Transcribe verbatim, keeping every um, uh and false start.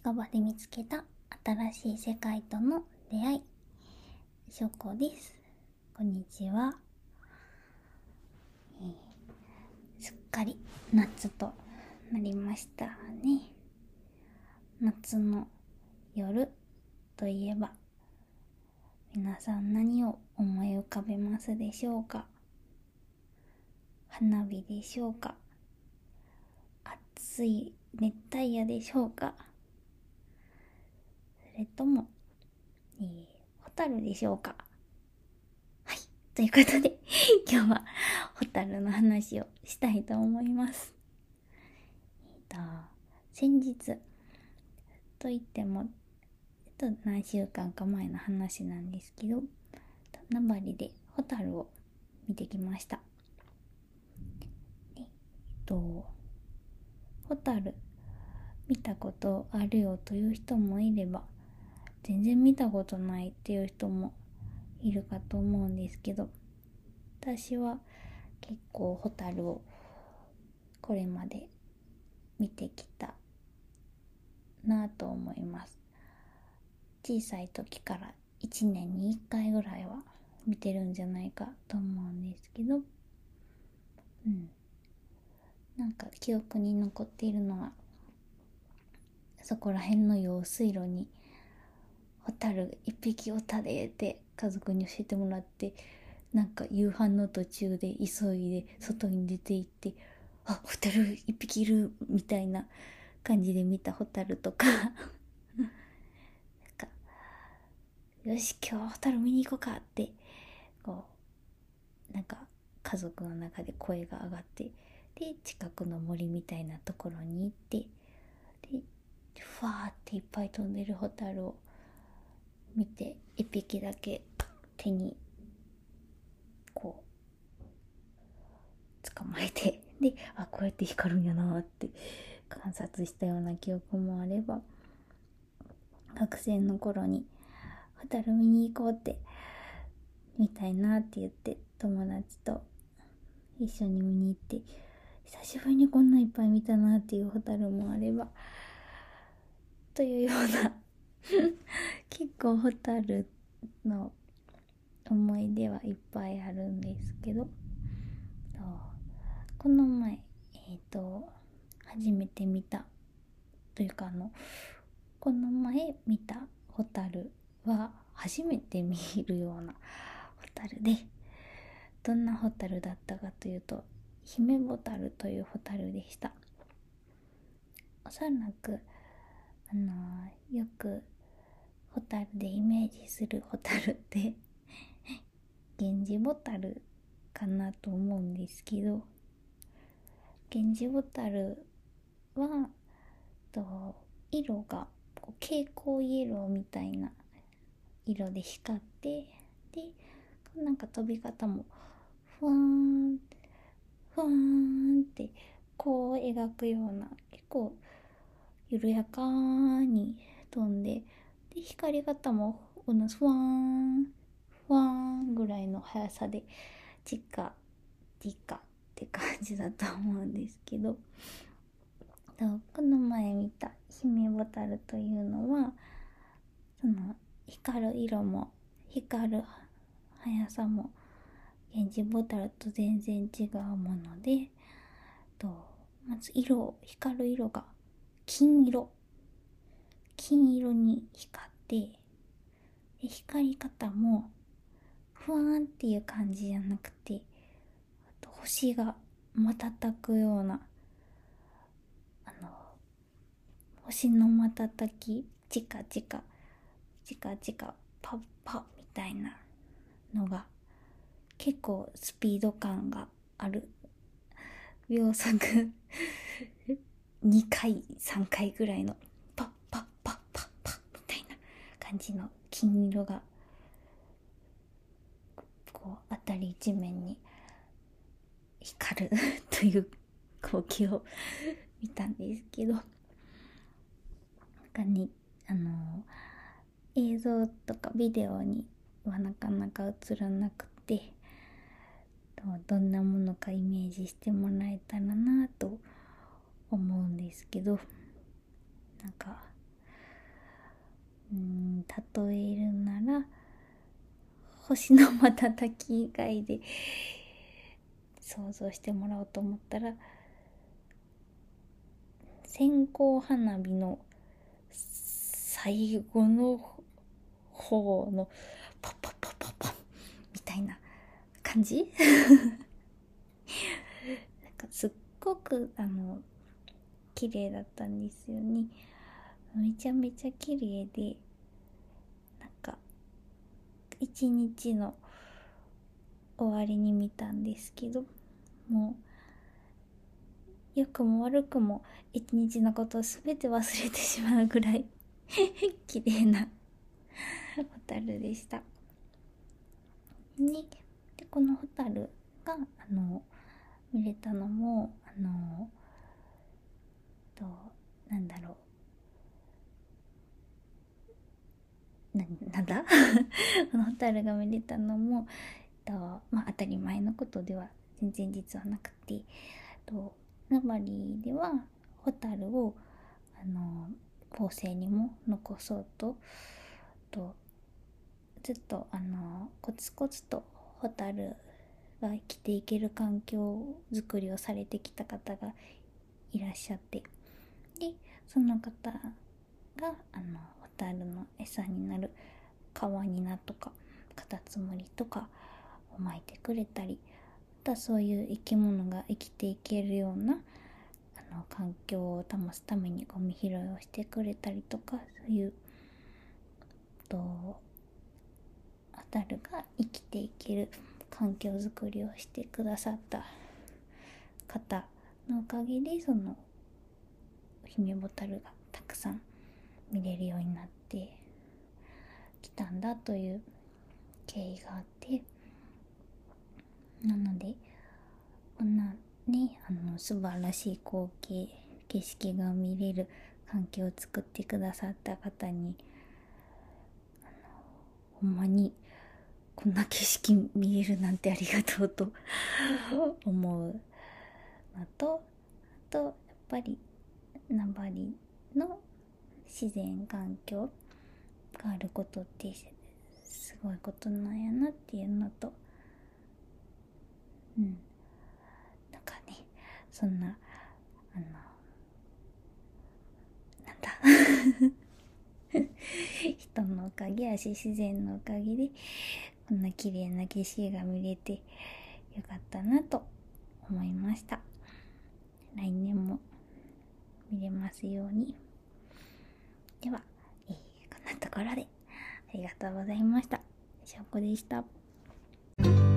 近場で見つけた新しい世界との出会い、しょこです。こんにちは、えー、すっかり夏となりましたね。夏の夜といえば皆さん何を思い浮かべますでしょうか。花火でしょうか、暑い熱帯夜でしょうか、それとも、えー、ホタルでしょうか。はい、ということで今日はホタルの話をしたいと思います。えっと先日といってもえっと何週間か前の話なんですけど、名張でホタルを見てきました。えっとホタル見たことあるよという人もいれば、全然見たことないっていう人もいるかと思うんですけど、私は結構ホタルをこれまで見てきたなぁと思います。小さい時からいちねんにいっかいぐらいは見てるんじゃないかと思うんですけど、うんなんか記憶に残っているのは、そこら辺の用水路にホタル一匹おったでって家族に教えてもらって、なんか夕飯の途中で急いで外に出て行って、あ、ホタル一匹いるみたいな感じで見たホタルとかなんかよし今日はホタル見に行こうかってこうなんか家族の中で声が上がって、で近くの森みたいなところに行って、でふわーっていっぱい飛んでるホタルを見て、一匹だけ手にこう捕まえて、であこうやって光るんやなって観察したような記憶もあれば、学生の頃にホタル見に行こうって見たいなって言って友達と一緒に見に行って、久しぶりにこんないっぱい見たなっていうホタルもあればというような結構ホタルの思い出はいっぱいあるんですけど、この前えっ、ー、と初めて見たというかあのこの前見たホタルは初めて見るようなホタルで、どんなホタルだったかというと、ヒメボタルというホタルでした。おそらくあのよくホタルでイメージするホタルってゲンジボタルかなと思うんですけど、ゲンジボタルはと色がこう蛍光イエローみたいな色で光って、でなんか飛び方もふわーんふわーんってこう描くような、結構緩やかに飛んで、で光り方もふわーんふわーんぐらいの速さでチカチカって感じだと思うんですけど、この前見たヒメボタルというのは、その光る色も光る速さもゲンジボタルと全然違うもので、とまず色光る色が金色金色に光って、で光り方もふわーんっていう感じじゃなくて、あと星が瞬くような、あの星の瞬き、チカチカチカチカパッパッみたいなのが結構スピード感がある、秒速にかいさんかいぐらいのパッパッパッパッパッみたいな感じの金色がこう辺り一面に光るという光景を見たんですけど、なんかねあの映像とかビデオにはなかなか映らなくて、どんなものかイメージしてもらえたらなと思うんですけど、なんかうーん例えるなら星の瞬き以外で想像してもらおうと思ったら、線香花火の最後の方のポッポッポッポッポッみたいな感じなんかすっごくあの綺麗だったんですよね。めちゃめちゃ綺麗で、なんか一日の終わりに見たんですけど、もう良くも悪くも一日のことを全て忘れてしまうぐらい綺麗なホタルでした。ね、でこのホタルがあの見れたのもあのとなんだろうななんだこのホタルが見れたのもと、まあ、当たり前のことでは全然実はなくて、と名張ではホタルをあの後世にも残そうととずっとあのコツコツとホタルが生きていける環境づくりをされてきた方がいらっしゃって、でその方があのホタルの餌になるカワニナとかカタツムリとかをまいてくれたり、あとはそういう生き物が生きていけるようなあの環境を保つためにゴミ拾いをしてくれたりとか、そういうとホタルが生きていける環境づくりをしてくださった方のおかげで、そのヒメボタルがたくさん見れるようになってきたんだという経緯があって、なのでこんなねあの素晴らしい光景景色が見れる環境を作ってくださった方にほんまにこんな景色見れるなんてありがとうと思うのと、あとやっぱり名張の自然環境があることってすごいことなんやなっていうのと、うんなんかねそんなあのなんだ人のおかげやし自然のおかげでこんな綺麗な景色が見れてよかったなと思いました。来年も見れますように。では、えー、こんなところでありがとうございました。しょうこでした。